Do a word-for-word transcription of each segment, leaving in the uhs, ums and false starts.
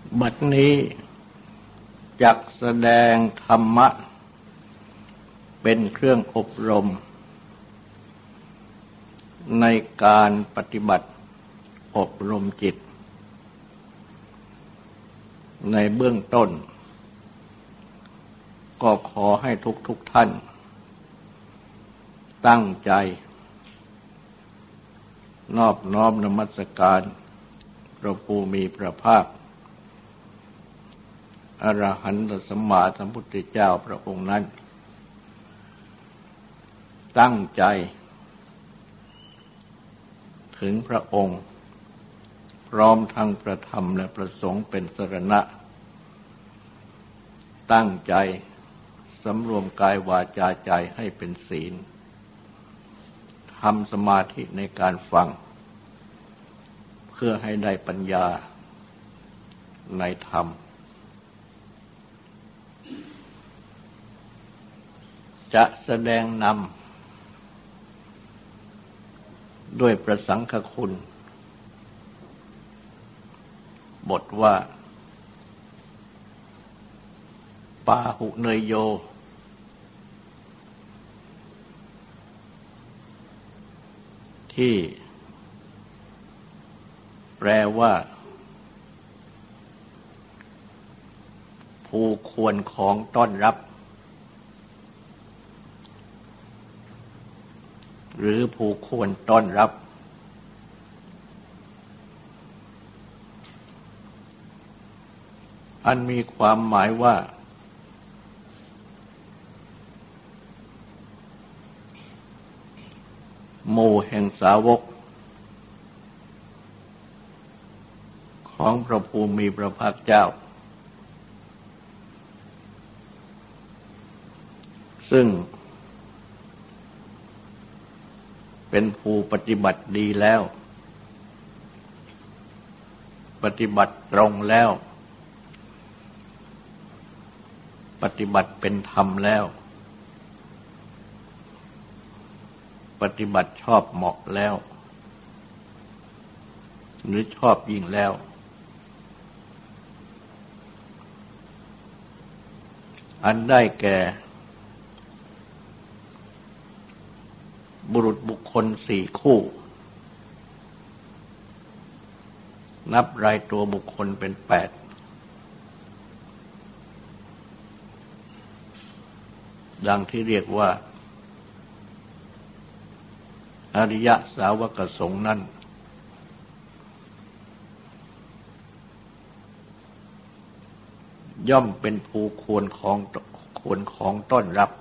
บัดนี้จักแสดงธรรมะเป็นเครื่องอบรมในการปฏิบัติอบรมจิตในเบื้องต้นก็ขอให้ทุกทุกท่านตั้งใจนอบน้อมนมัสการพระผู้มีพระภาคอรหันตสัมมาสัมพุทธเจ้าพระองค์นั้นตั้งใจถึงพระองค์พร้อมทั้งพระธรรมและพระสงฆ์เป็นสรณะตั้งใจสำรวมกายวาจาใจให้เป็นศีลทำสมาธิในการฟังเพื่อให้ได้ปัญญาในธรรมจะแสดงนำด้วยประสังฆคุณบทว่าปาหุเนยโยที่แปลว่าผู้ควรของต้อนรับหรือผู้ควรต้อนรับอันมีความหมายว่าหมู่แห่งสาวกของพระภูมิพระภาคเจ้าซึ่งเป็นผู้ปฏิบัติดีแล้วปฏิบัติตรงแล้วปฏิบัติเป็นธรรมแล้วปฏิบัติชอบเหมาะแล้วหรือชอบยิ่งแล้วอันได้แก่บุรุษบุคคลสี่คู่นับรายตัวบุคคลเป็นแปดดังที่เรียกว่าอริยสาวกสงฆ์นั้นย่อมเป็นผู้ควรของควรของต้อนรับ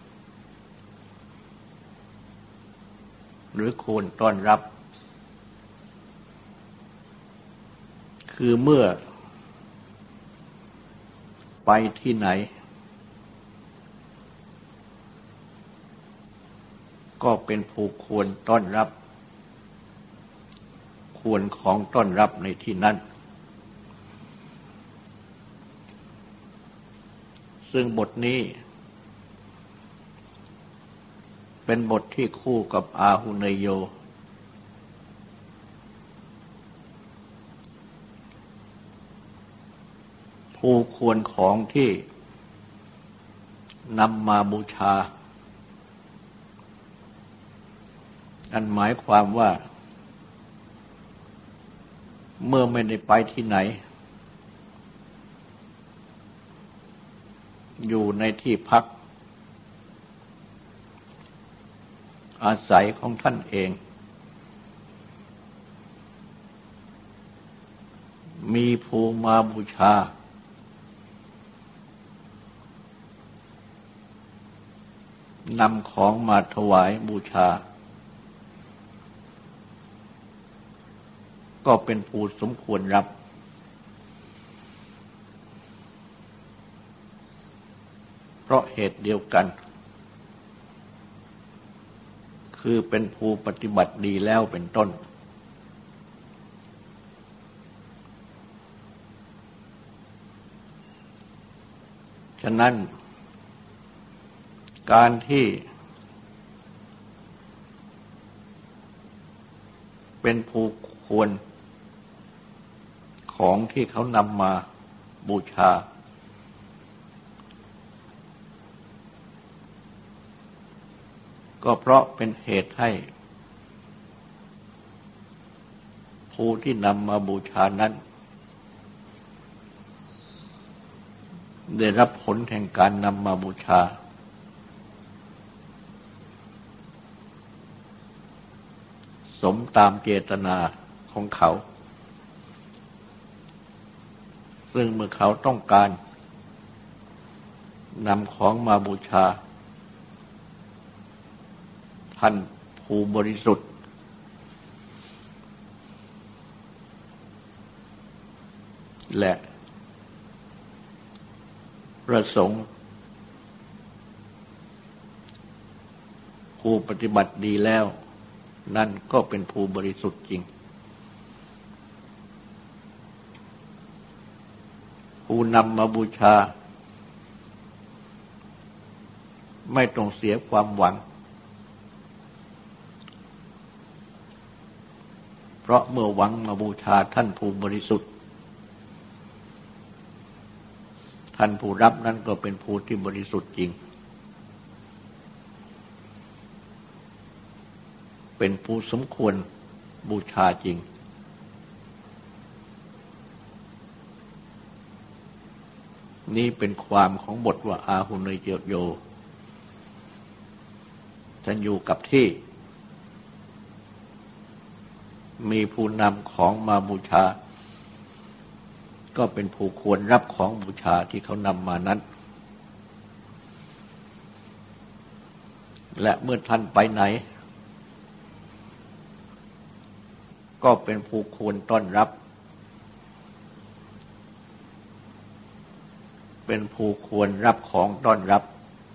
หรือควรต้อนรับคือเมื่อไปที่ไหนก็เป็นผู้ควรต้อนรับควรของต้อนรับในที่นั้นซึ่งบทนี้เป็นบทที่คู่กับอาหุเนยโยผู้ควรของที่นำมาบูชาอันหมายความว่าเมื่อไม่ได้ไปที่ไหนอยู่ในที่พักอาศัยของท่านเองมีผู้มาบูชานำของมาถวายบูชาก็เป็นผู้สมควรรับเพราะเหตุเดียวกันคือเป็นผู้ปฏิบัติดีแล้วเป็นต้นฉะนั้นการที่เป็นผู้ควร ของที่เขานำมาบูชาก็เพราะเป็นเหตุให้ผู้ที่นำมาบูชานั้นได้รับผลแห่งการนำมาบูชาสมตามเจตนาของเขาซึ่งเมื่อเขาต้องการนำของมาบูชาท่านผู้บริสุทธิ์และประสงค์ผู้ปฏิบัติดีแล้วนั่นก็เป็นผู้บริสุทธิ์จริงผู้นำมาบูชาไม่ต้องเสียความหวังเพราะเมื่อหวังมาบูชาท่านผู้บริสุทธิ์ท่านผู้รับนั้นก็เป็นผู้ที่บริสุทธิ์จริงเป็นผู้สมควรบูชาจริงนี่เป็นความของบทว่าอาหุเนยเจโยท่านอยู่กับที่มีผู้นำของมาบูชาก็เป็นผู้ควรรับของบูชาที่เขานำมานั้นและเมื่อท่านไปไหนก็เป็นผู้ควรต้อนรับเป็นผู้ควรรับของต้อนรับ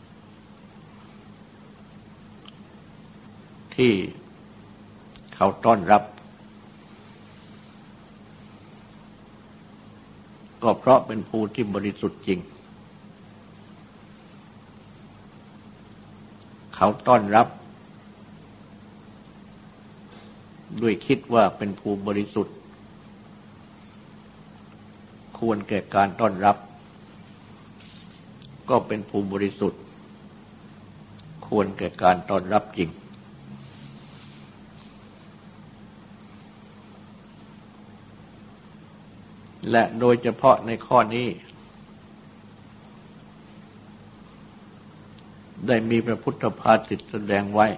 ที่เขาต้อนรับก็เพราะเป็นผู้ที่บริสุทธิ์จริงเขาต้อนรับด้วยคิดว่าเป็นผู้บริสุทธิ์ควรแก่การต้อนรับก็เป็นผู้บริสุทธิ์ควรแก่การต้อนรับจริงและโดยเฉพาะในข้อนี้ได้มีพระพุทธภาษิตแสดงไว้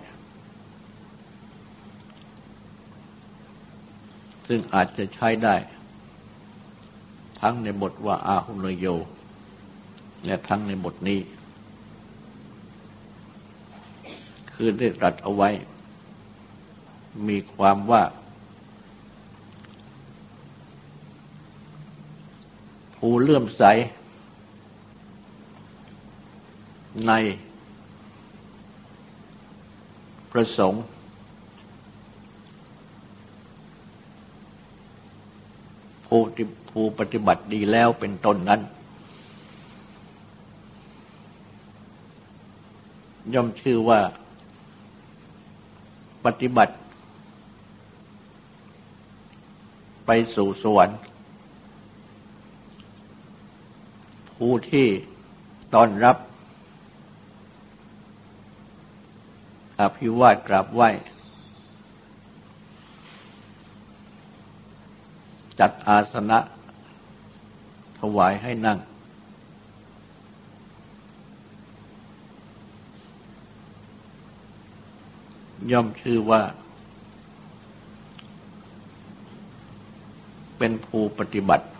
ซึ่งอาจจะใช้ได้ทั้งในบทว่าอาหุเนยโยและทั้งในบทนี้คือได้ตรัสเอาไว้มีความว่าผู้เลื่อมใสในพระสงฆ์ผู้ที่ผู้ปฏิบัติดีแล้วเป็นต้นนั้นย่อมชื่อว่าปฏิบัติไปสู่สวรรค์ผู้ที่ต้อนรับอภิวาทกราบไหว้จัดอาสนะถวายให้นั่งย่อมชื่อว่าเป็นผู้ปฏิบัติ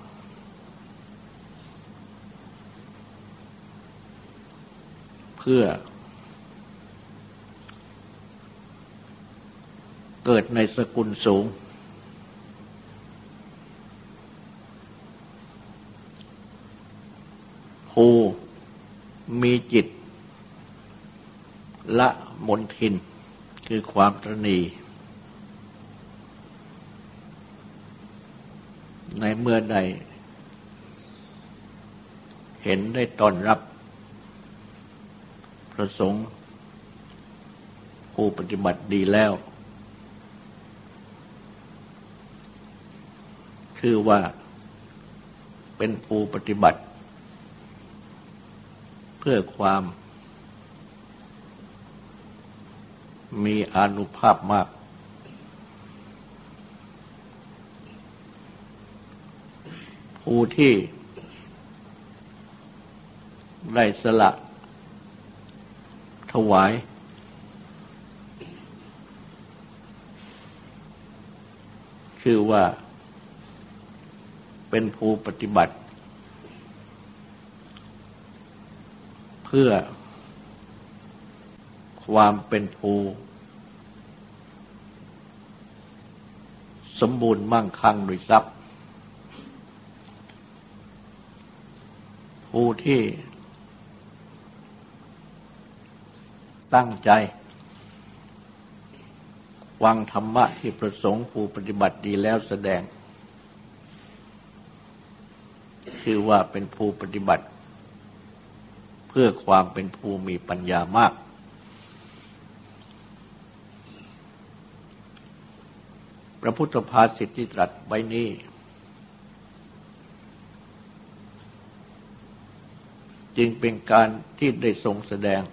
เพื่อเกิดในสกุลสูงผู้มีจิตละมนทินคือความตระหนี่ในเมื่อใดเห็นได้ต้อนรับพระสงฆ์ผู้ปฏิบัติดีแล้วชื่อว่าเป็นผู้ปฏิบัติเพื่อความมีอานุภาพมากผู้ที่ได้สละถวายชื่อว่าเป็นผู้ปฏิบัติเพื่อความเป็นผู้สมบูรณ์มั่งคั่งด้วยทรัพย์ผู้ที่ตั้งใจฟังธรรมะที่ประสงค์ผู้ปฏิบัติดีแล้วแสดงชื่อว่าเป็นผู้ปฏิบัติเพื่อความเป็นผู้มีปัญญามากพระพุทธภาษิตที่ตรัสไว้นี้จึงเป็นการที่ได้ทรงแสดง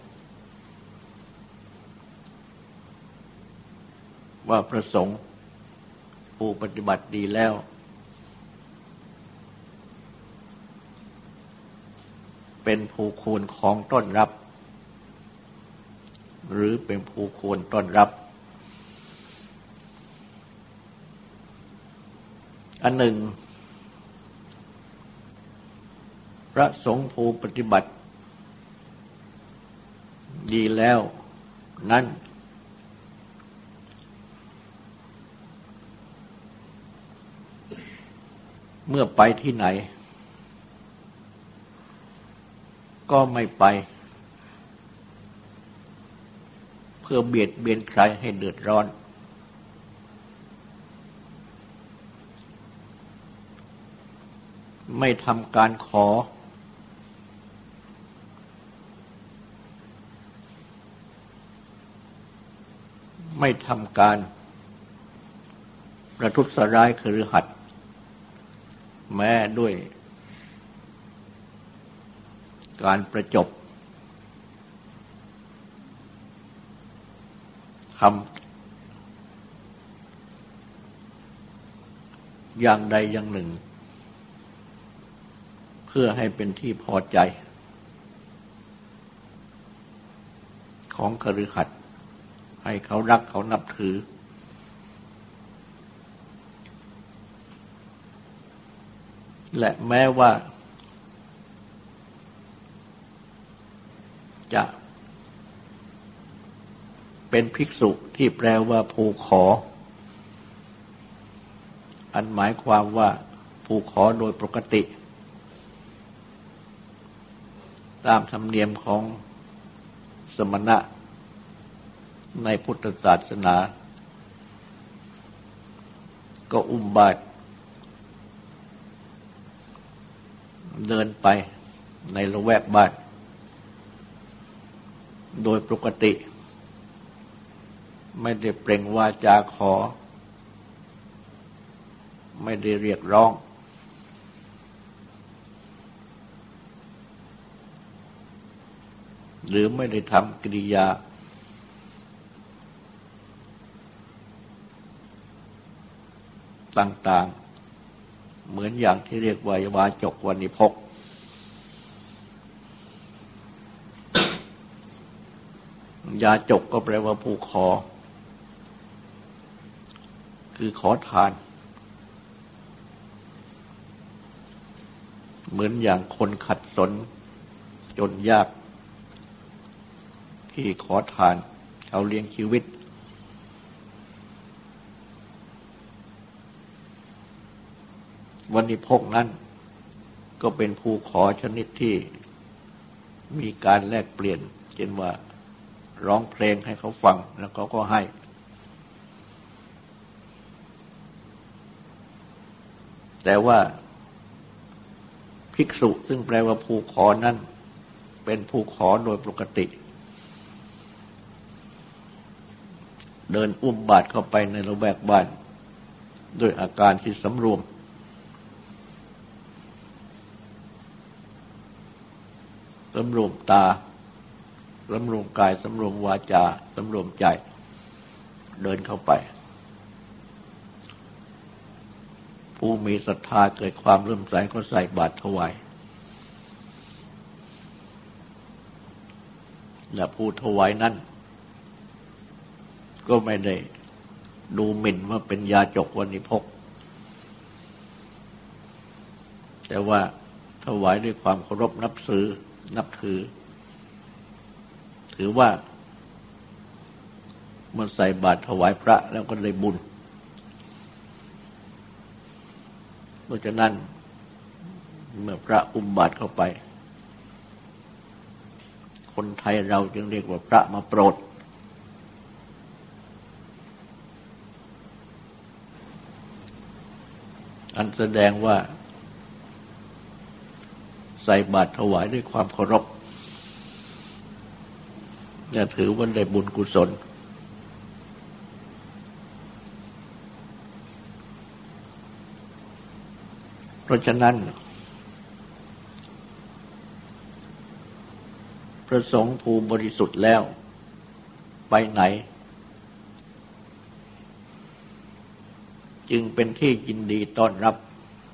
ว่าพระสงฆ์ผู้ปฏิบัติดีแล้วเป็นผู้ควรของต้อนรับหรือเป็นผู้ควรต้อนรับอันหนึ่งพระสงฆ์ผู้ปฏิบัติดีแล้วนั้นเมื่อไปที่ไหนก็ไม่ไปเพื่อเบียดเบียนใครให้เดือดร้อนไม่ทำการขอไม่ทำการประทุษร้ายคฤหัสถ์แม้ด้วยการประจบทำอย่างใดอย่างหนึ่งเพื่อให้เป็นที่พอใจของคฤหัสถ์ให้เขารักเขานับถือและแม้ว่าจะเป็นภิกษุที่แปลว่าผู้ขออันหมายความว่าผู้ขอโดยปกติตามธรรมเนียมของสมณะในพุทธศาสนาก็อุ้มบาตรเดินไปในละแวกบ้านโดยปกติไม่ได้เปล่งวาจาขอไม่ได้เรียกร้องหรือไม่ได้ทำกิริยาต่างๆเหมือนอย่างที่เรียกว่าวาจกวานิพกยาจกก็แปลว่าผู้ขอคือขอทานเหมือนอย่างคนขัดสนจนยากที่ขอทานเอาเลี้ยงชีวิตวานิพกนั้นก็เป็นผู้ขอชนิดที่มีการแลกเปลี่ยนเช่นว่าร้องเพลงให้เขาฟังแล้วเขาก็ให้แต่ว่าภิกษุซึ่งแปลว่าผู้ขอนั้นเป็นผู้ขอโดยปกติเดินอุ้มบาตรเข้าไปในละแวกบ้านด้วยอาการที่สำรวมสำรวมตาสำรวมกายสำรวมวาจาสำรวมใจเดินเข้าไปผู้มีศรัทธาเกิดความเลื่อมใสก็ใส่บาตรถวายและผู้ถวายนั้นก็ไม่ได้ดูหมิ่นว่าเป็นยาจกวณิพกแต่ว่าถวายด้วยความเคารพนับถือนับถือถือว่าเมื่อใส่บาตรถวายพระแล้วก็ได้บุญเพราะฉะนั้นเมื่อพระอุ้มบาตรเข้าไปคนไทยเราจึงเรียกว่าพระมาโปรดอันแสดงว่าใส่บาตรถวายด้วยความเคารพจะถือว่าได้บุญกุศลเพราะฉะนั้นพระสงฆ์ผู้บริสุทธิ์แล้วไปไหนจึงเป็นที่ยินดีต้อนรับ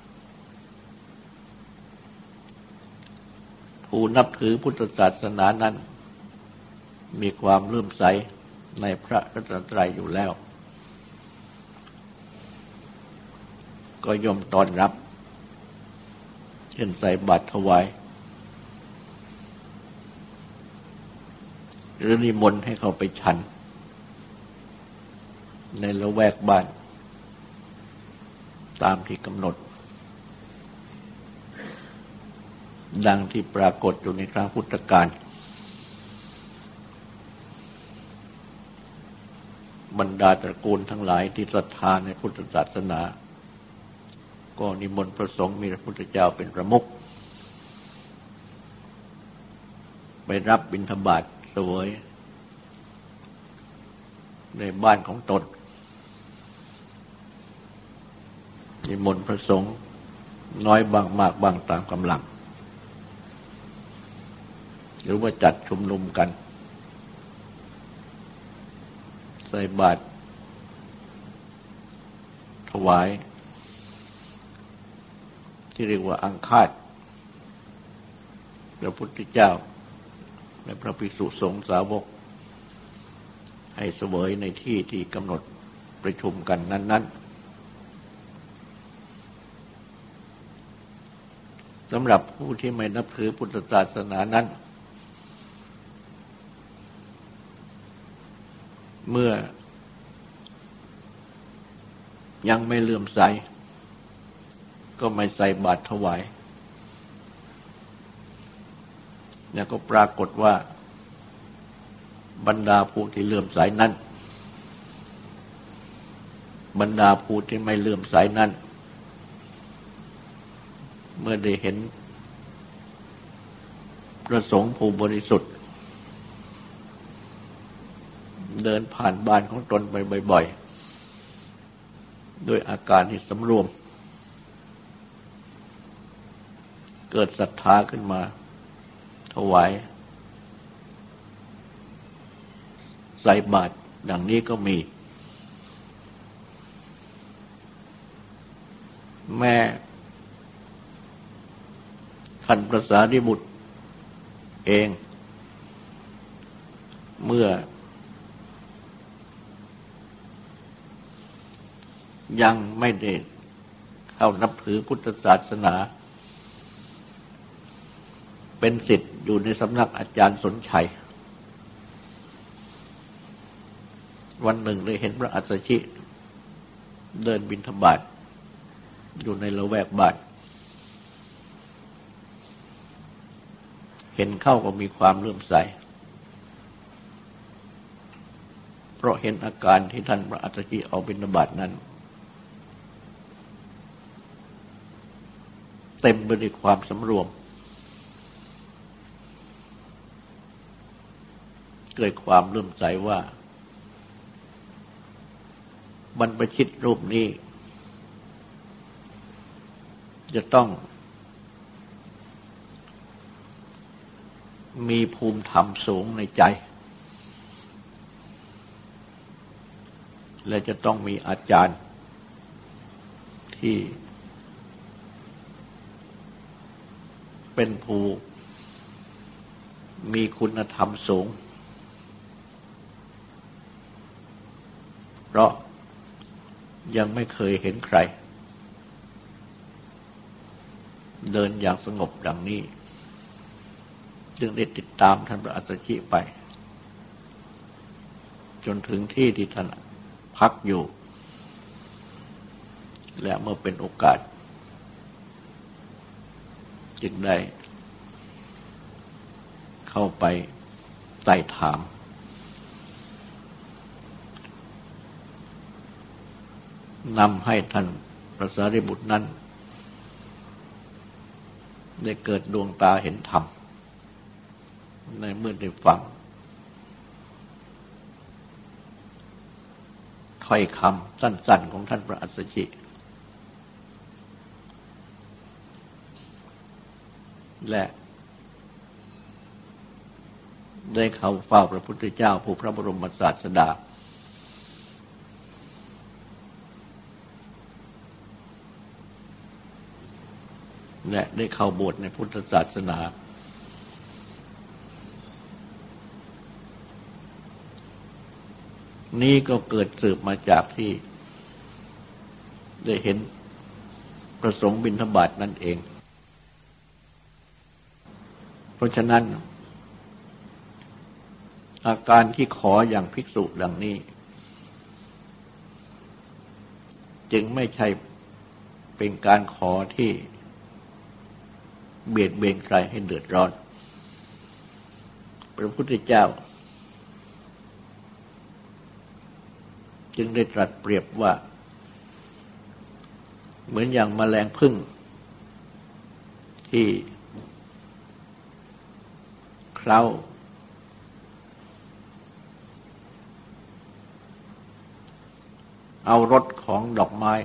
ผู้นับถือพุทธศาสนานั้นมีความเลื่อมใสในพระรัตนตรัยอยู่แล้วก็ย่อมต้อนรับเช่นใส่บาตรถวายหรือนิมนต์ให้เขาไปฉันในละแวกบ้านตามที่กำหนดดังที่ปรากฏอยู่ในครั้งพุทธกาลบรรดาตระกูลทั้งหลายที่ศรัทธาในพุทธศาสนาก็นิมนต์พระสงฆ์มีพระพุทธเจ้าเป็นประมุขไปรับบิณฑบาตเสวยในบ้านของตนนิมนต์พระสงฆ์น้อยบางมากบางตามกำลังหรือว่าจัดชุมนุมกันใส่บาตรถวายที่เรียกว่าอังคาสพระพุทธเจ้าและพระภิกษุสงฆ์สาวกให้เสวยในที่ที่กำหนดประชุมกันนั้นๆสำหรับผู้ที่ไม่นับถือพุทธศาสนานั้นเมื่อยังไม่เลื่อมใสก็ไม่ใส่บาตรถวายแล้วก็ปรากฏว่าบรรดาผู้ที่เลื่อมใสนั้นบรรดาผู้ที่ไม่เลื่อมใสนั้นเมื่อได้เห็นพระสงฆ์ผู้บริสุทธิ์เดินผ่านบ้านของตนไปบ่อยๆด้วยอาการที่สำรวมเกิดศรัทธาขึ้นมาถวายใส่บาตรดังนี้ก็มีแม่ท่านพระสารีบุตรเองเมื่อยังไม่ได้เข้านับถือพุทธศาสนาเป็นศิษย์อยู่ในสำนักอาจารย์สนชัยวันหนึ่งได้เห็นพระอัสสชิเดินบิณฑบาตอยู่ในละแวกบ้านเห็นเข้าก็มีความเลื่อมใสเพราะเห็นอาการที่ท่านพระอัสสชิเอาบิณฑบาตนั้นเต็มไปด้วยความสำรวมเกิดความเลื่อมใสว่าบรรพชิตรูปนี้จะต้องมีภูมิธรรมสูงในใจและจะต้องมีอาจารย์ที่เป็นผู้มีคุณธรรมสูงเพราะยังไม่เคยเห็นใครเดินอย่างสงบดังนี้จึงได้ติดตามท่านพระอัสสชิไปจนถึงที่ที่ท่านพักอยู่และเมื่อเป็นโอกาสจึงได้เข้าไปไต่ถามนำให้ท่านพระสารีบุตรนั้นได้เกิดดวงตาเห็นธรรมในเมื่อได้ฟังถ้อยคำสั้นๆของท่านพระอัสสชิและได้เข้าเฝ้าพระพุทธเจ้าผู้พระบรมศาสดาและได้เข้าบวชในพุทธศาสนานี้ก็เกิดสืบมาจากที่ได้เห็นประสงค์บิณฑบาตนั่นเองเพราะฉะนั้นอาการที่ขออย่างภิกษุดังนี้จึงไม่ใช่เป็นการขอที่เบียดเบียนใครให้เดือดร้อนพระพุทธเจ้าจึงได้ตรัสเปรียบว่าเหมือนอย่างแมลงผึ้งที่เคล้าเอารสของดอกไม้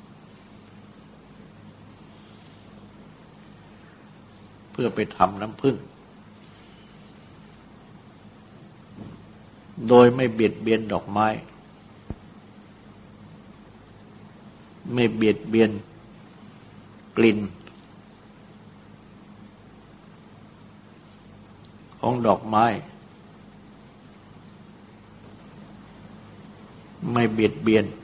เพื่อไปทำน้ำผึ้งโดยไม่เบียดเบียนดอกไม้ไม่เบียดเบียนกลิ่นของดอกไม้ไม่เบียดเบียน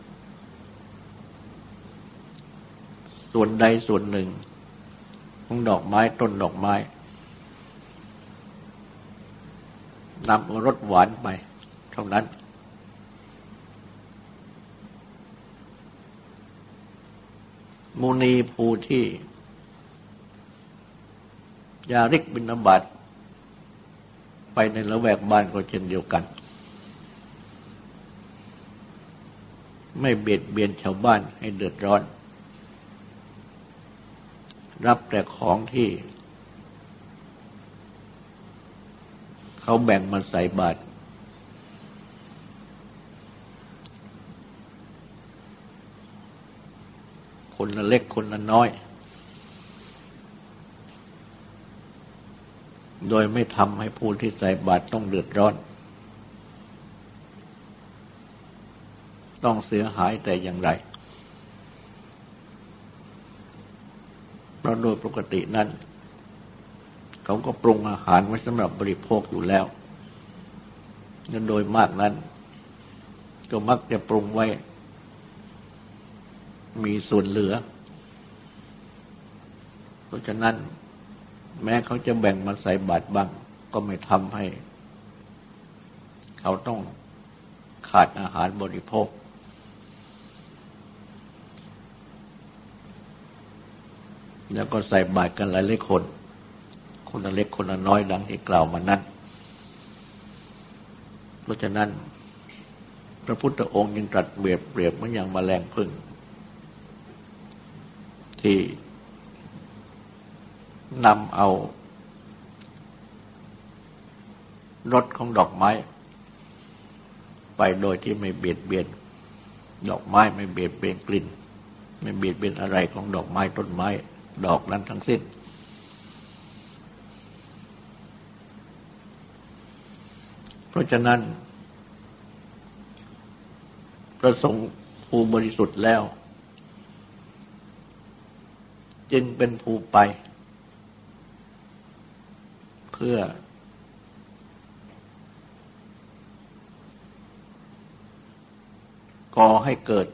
ส่วนใดส่วนหนึ่งของดอกไม้ต้นดอกไม้นำรสหวานไปเท่านั้นมุนีผู้ที่ยาริกบิณฑบาตไปในละแวกบ้านก็เช่นเดียวกันไม่เบียดเบียนชาวบ้านให้เดือดร้อนรับแต่ของที่เขาแบ่งมาใส่บาตรคนละเล็กคนละน้อยโดยไม่ทำให้ผู้ที่ใส่บาตรต้องเดือดร้อนต้องเสียหายแต่อย่างไรเพราะโดยปกตินั้นเขาก็ปรุงอาหารไว้สำหรับบริโภคอยู่แล้วและโดยมากนั้นก็มักจะปรุงไว้มีส่วนเหลือเพราะฉะนั้นแม้เขาจะแบ่งมาใส่บาตรบ้างก็ไม่ทำให้เขาต้องขาดอาหารบริโภคแล้วก็ใส่บาตรกันหลายหลายคนคนละเล็กคนละน้อยดังที่กล่าวมานั้นเพราะฉะนั้นพระพุทธองค์ยังตรัสเปรียบเปรียบเหมือนอย่างแมลงผึ้งที่นำเอารสของดอกไม้ไปโดยที่ไม่เบียดเบียนดอกไม้ไม่เบียดเบียนกลิ่นไม่เบียดเบียนอะไรของดอกไม้ต้นไม้ดอกนั้นทั้งสิ้นเพราะฉะนั้นพระสงฆ์ผู้บริสุทธิ์แล้วจึงเป็นผู้ไปเพื่อก่อให้เกิด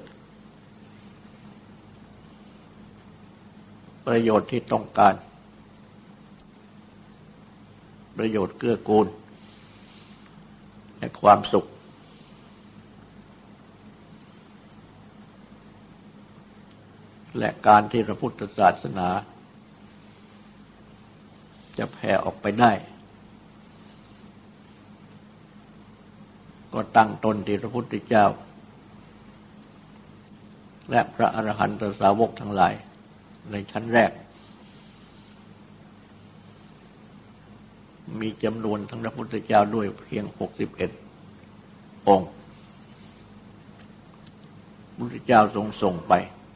ประโยชน์ที่ต้องการประโยชน์เกื้อกูลและความสุขและการที่พระพุทธศาสนาจะแผ่ออกไปได้ก็ตั้งต้นที่พระพุทธเจ้าและพระอรหันตสาวกทั้งหลายในชั้นแรกมีจำนวนทั้งพระพุทธเจ้าด้วยเพียงหกสิบเอ็ดองค์พระพุทธเจ้าทรงส่งไป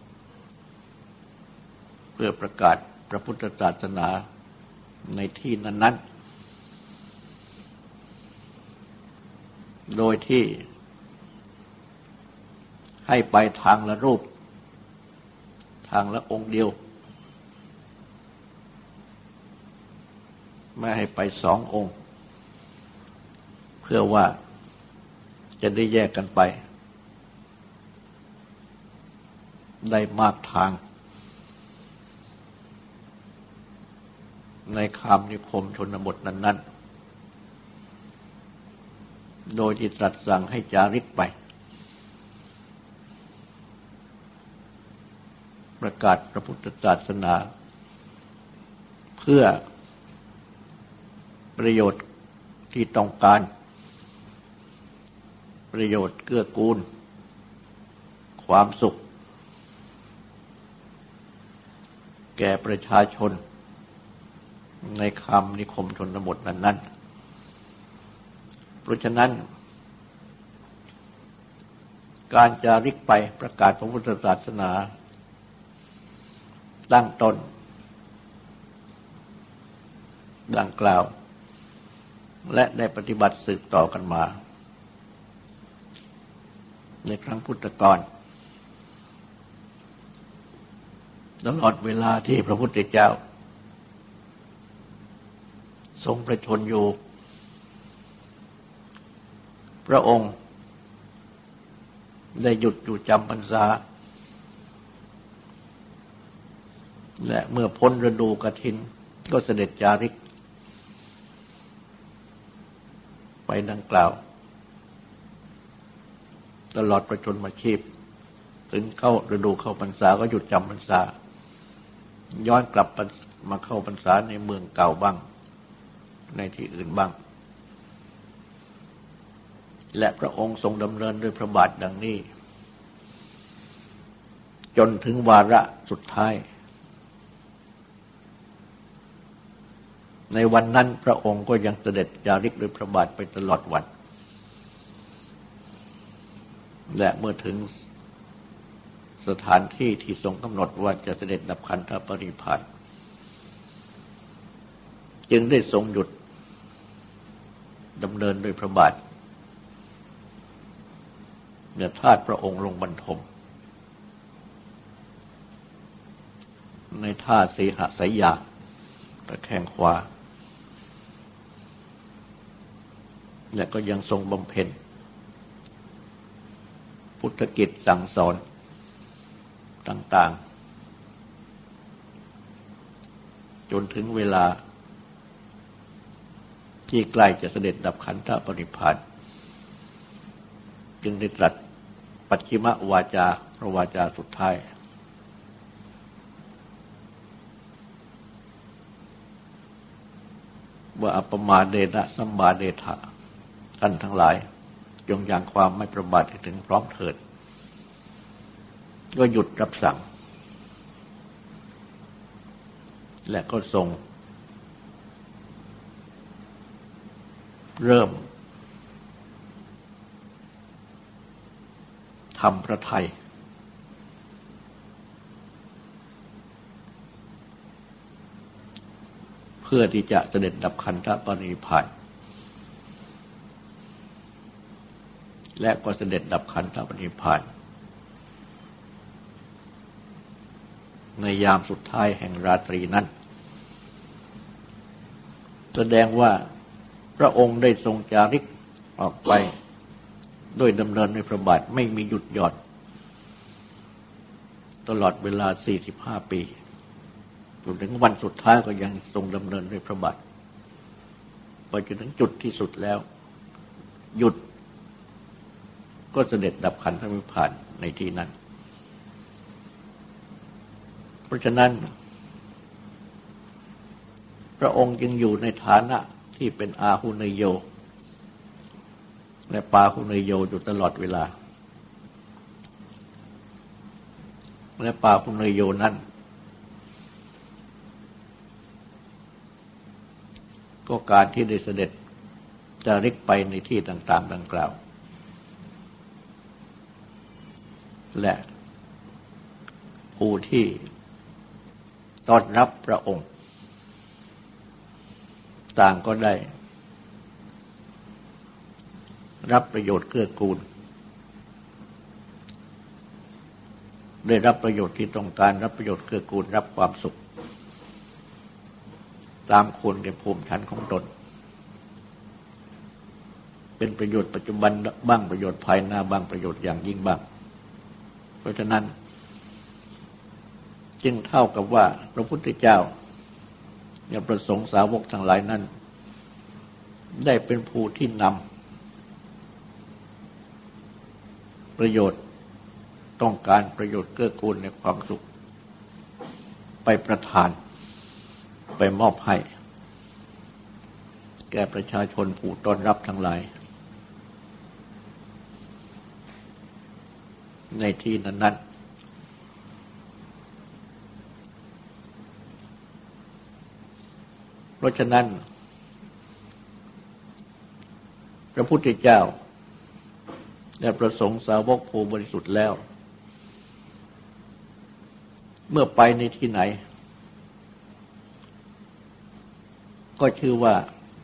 เพื่อประกาศพระพุทธศาสนาในที่นั้นๆโดยที่ให้ไปทางละรูปทางละองค์เดียวไม่ให้ไปสององค์เพื่อว่าจะได้แยกกันไปได้มากทางในคามนิคมชนบทนั้นๆโดยที่ตรัสสั่งให้จาริกไปประกาศพระพุทธศาสนาเพื่อประโยชน์ที่ต้องการประโยชน์เกื้อกูลความสุขแก่ประชาชนในคามนิคมชนบทนั้นๆเพราะฉะนั้นการจาริกไปประกาศพระพุทธศาสนาตั้งต้นดังกล่าวและได้ปฏิบัติสืบต่อกันมาในครั้งพุทธกาลตลอดเวลาที่พระพุทธเจ้าทรงประชนอยู่พระองค์ได้หยุดอยู่จำพรรษาและเมื่อพ้นฤดูกฐินก็เสด็จจาริกไปดังกล่าวตลอดประชนมชีพถึงเข้าฤดูเข้าพรรษาก็หยุดจำพรรษาย้อนกลับมาเข้าพรรษาในเมืองเก่าบ้างในที่อื่นบ้างและพระองค์ทรงดำเนินด้วยพระบาทดังนี้จนถึงวาระสุดท้ายในวันนั้นพระองค์ก็ยังเสด็จจาริกด้วยพระบาทไปตลอดวันและเมื่อถึงสถานที่ที่ทรงกำหนดว่าจะเสด็จดับขันธปรินิพพานจึงได้ทรงหยุดดำเนินด้วยพระบาทและทาสพระองค์ลงบรรทมในท่าสีหสยาตะแคงขวาและก็ยังทรงบำเพ็ญพุทธกิจสั่งสอนต่างๆจนถึงเวลาที่ใกล้จะเสด็จดับขันธปรินิพพานจึงได้ตรัสปัจฉิมวาจาพระวาจาสุดท้ายว่าอัปปมาเดนะสัมมาเดทะท่านทั้งหลายจงยังความไม่ประมาทให้ถึงพร้อมเถิดก็หยุดรับสั่งและก็ทรงเริ่มทำพระทัยเพื่อที่จะเสด็จดับขันธปรินิพพานและก็เสด็จดับขันธปรินิพพานในยามสุดท้ายแห่งราตรีนั้นแสดงว่าพระองค์ได้ทรงจาริกออกไปด้วยดำเนินในพระบาทไม่มีหยุดหย่อนตลอดเวลาสี่สิบห้าปีจนถึงวันสุดท้ายก็ยังทรงดำเนินด้วยพระบาทพอจนถึงจุดที่สุดแล้วหยุดก็เสด็จดับขันธปรินิพพานในที่นั้นเพราะฉะนั้นพระองค์จึงอยู่ในฐานะที่เป็นอาหุเนยโยและปาหุเนยโยอยู่ตลอดเวลาและปาหุเนยโยนั้นก็การที่ได้เสด็จจาริกไปในที่ต่างๆดังกล่าวและผู้ที่ต้อนรับพระองค์ต่างก็ได้รับประโยชน์เกื้อกูลได้รับประโยชน์ที่ต้องการรับประโยชน์เกื้อกูลรับความสุขตามควรแก่ภูมิชั้นของตนเป็นประโยชน์ปัจจุบันบ้างประโยชน์ภายหน้าบ้างประโยชน์อย่างยิ่งบ้างเพราะฉะนั้นจึงเท่ากับว่าพระพุทธเจ้าและพระสงฆ์สาวกทั้งหลายนั้นได้เป็นผู้ที่นำประโยชน์ต้องการประโยชน์เกื้อกูลในความสุขไปประทานไปมอบให้แก่ประชาชนผู้ต้อนรับทั้งหลายในที่นั้นๆเพราะฉะนั้นพระพุทธเจ้าและพระสงฆ์สาวกผู้บริสุทธิ์แล้วเมื่อไปในที่ไหนก็ชื่อว่า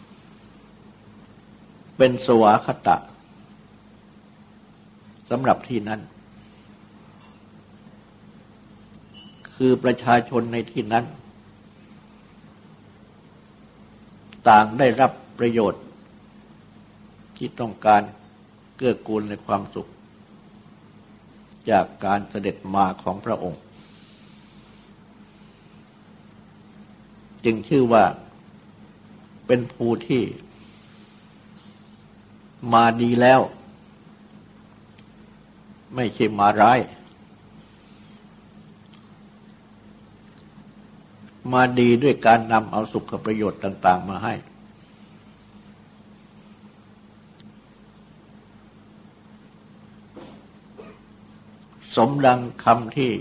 เป็นสวาคตะสำหรับที่นั้นคือประชาชนในที่นั้นต่างได้รับประโยชน์ที่ต้องการเกื้อกูลในความสุขจากการเสด็จมาของพระองค์จึงชื่อว่าเป็นผู้ที่มาดีแล้วไม่ใช่มาร้ายมาดีด้วยการนำเอาสุขประโยชน์ต่างๆมาให้สมดังคำที่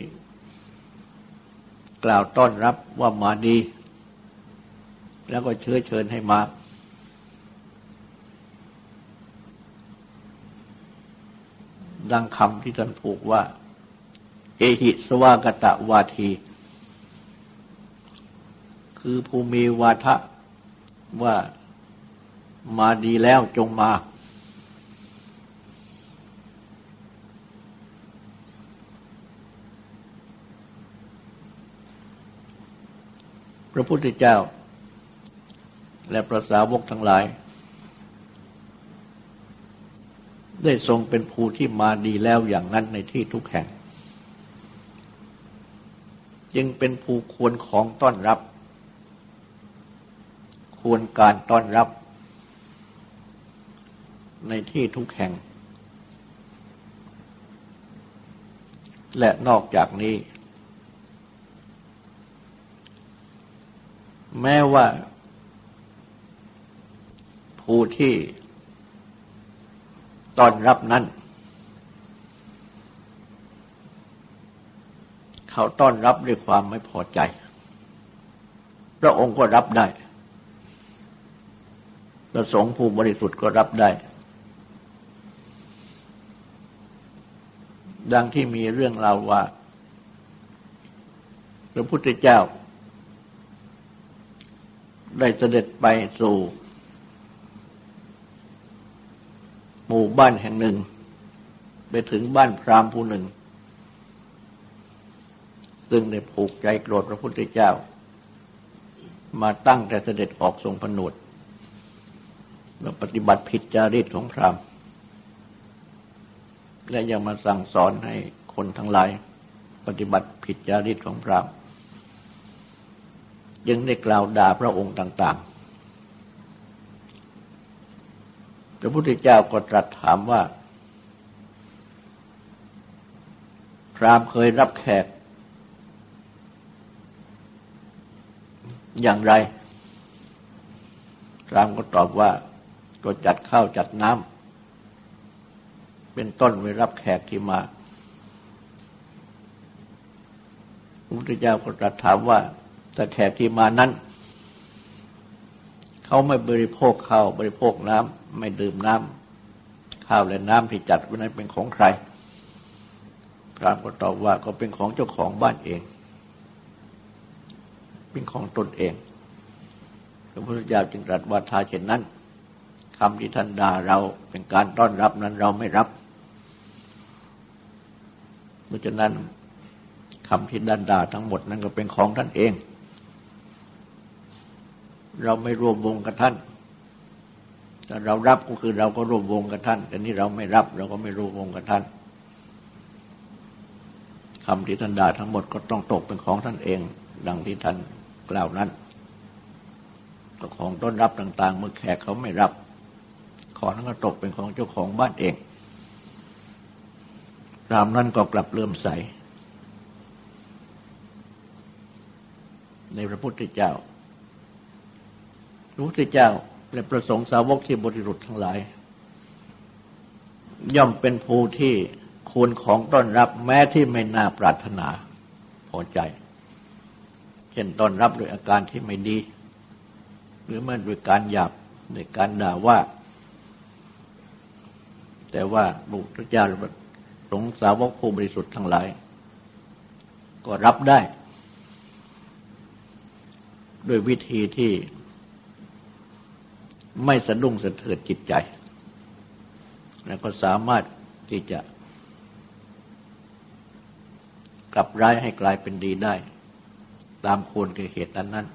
กล่าวต้อนรับว่ามาดีแล้วก็เชื้อเชิญให้มาดังคำที่ท่านผูกว่าเอหิสวากตะวาทีคือภูมิวาทะว่ามาดีแล้วจงมาพระพุทธเจ้าและพระสาวกทั้งหลายได้ทรงเป็นผู้ที่มาดีแล้วอย่างนั้นในที่ทุกแห่งจึงเป็นผู้ควรของต้อนรับควรการต้อนรับในที่ทุกแห่งและนอกจากนี้แม้ว่าผู้ที่ต้อนรับนั้นเขาต้อนรับด้วยความไม่พอใจพระองค์ก็รับได้พระสงฆ์ผู้บริสุทธิ์ก็รับได้ดังที่มีเรื่องราวว่าพระพุทธเจ้าได้เสด็จไปสู่หมู่บ้านแห่งหนึ่งไปถึงบ้านพราหมณ์ผู้หนึ่งซึ่งได้ผูกใจโกรธพระพุทธเจ้ามาตั้งแต่เสด็จออกทรงผนวดและปฏิบัติผิดจารีตของพราหมณ์และยังมาสั่งสอนให้คนทั้งหลายปฏิบัติผิดจารีตของพราหมณ์ยังได้กล่าวด่าพระองค์ต่างๆพระพุทธเจ้าก็ตรัสถามว่าพราหมณ์เคยรับแขกอย่างไรพราหมณ์ก็ตอบว่าก็จัดข้าวจัดน้ำเป็นต้นไว้รับแขกที่มาพระพุทธเจ้าก็ตรัสถามว่าถ้าแขกที่มานั้นเขาไม่บริโภคข้าวบริโภคน้ำไม่ดื่มน้ำข้าวและน้ำที่จัดไว้นั้นเป็นของใครพราหมณ์ก็ตอบว่าก็เป็นของเจ้าของบ้านเองเป็นของตนเองพระพุทธเจ้าจึงตรัสว่าถ้าเช่นนั้นคำที่ท่านด่าเราเป็นการต้อนรับนั้นเราไม่รับเพราะฉะนั้นคำที่ท่านด่าทั้งหมดนั้นก็เป็นของท่านเองเราไม่ร่วมวงกับท่านแต่เรารับก็คือเราก็ร่วมวงกับท่านแต่นี่เราไม่รับเราก็ไม่ร่วมวงกับท่านคำที่ท่านด่าทั้งหมดก็ต้องตกเป็นของท่านเองดังที่ท่านกล่าวนั้นก็ของต้อนรับต่างๆเมื่อแขกเขาไม่รับของนั้นก็ตกเป็นของเจ้าของบ้านเองพราหมณ์นั้นก็กลับเลื่อมใสในพระพุทธเจ้าพระพุทธเจ้าและประสงค์สาวกที่บริสุทธิ์ทั้งหลายย่อมเป็นผู้ที่ควรของต้อนรับแม้ที่ไม่น่าปรารถนาพอใจเช่นต้อนรับด้วยอาการที่ไม่ดีหรือแม้ด้วยการหยาบด้วยการด่าว่าแต่ว่าพระพุทธเจ้าและประสงค์สาวกผู้บริสุทธิ์ทั้งหลายก็รับได้ด้วยวิธีที่ไม่สะดุ้งสะเทือนจิตใจและก็สามารถที่จะกลับร้ายให้กลายเป็นดีได้ตามควรแก่เหตุนั้น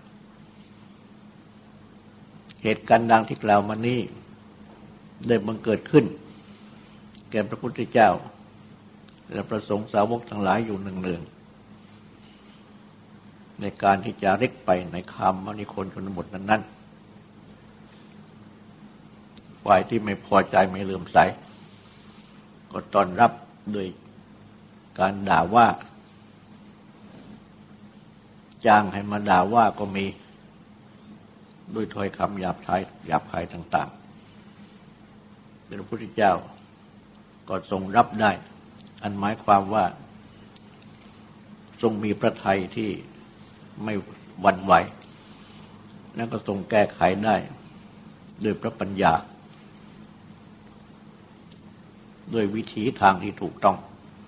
ๆเหตุการณ์ดังที่กล่าวมานี้ได้บังเกิดขึ้นแก่พระพุทธเจ้าและพระสงฆ์สาวกทั้งหลายอยู่เนืองๆในการที่จะเร็กไปในคามมณิคลชนบทนั้นๆฝ่ายที่ไม่พอใจไม่เลื่อมใสก็ต้อนรับด้วยการด่าว่าจ้างให้มาด่าว่าก็มีด้วยถ้อยคำหยาบคายหยาบคายต่างๆพระพุทธเจ้าก็ทรงรับได้อันหมายความว่าทรงมีพระทัยที่ไม่หวั่นไหวและก็ทรงแก้ไขได้ด้วยพระปัญญาด้วยวิถีทางที่ถูกต้อง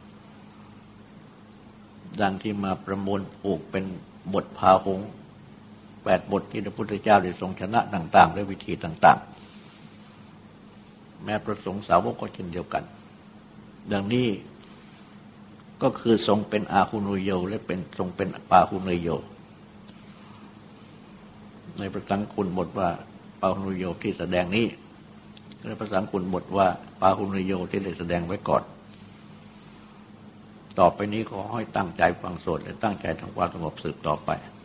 ดังที่มาประมวลผูกเป็นบทพาหงส์แปดบทที่พระพุทธเจ้าได้ทรงชนะต่างๆด้วยวิธีต่างๆแม้พระสงฆ์สาวกก็เช่นเดียวกันดังนี้ก็คือทรงเป็นอาหุโนโยและเป็นทรงเป็นปาหุโนโยในพระสังคุณบทว่าปาหุโนโยที่แสดงนี้ในพระสังคุณบทว่าปาหุโนโยที่ได้แสดงไว้ก่อนต่อไปนี้ขอให้ตั้งใจฟังสวดและตั้งใจทำความสงบสืบต่อไป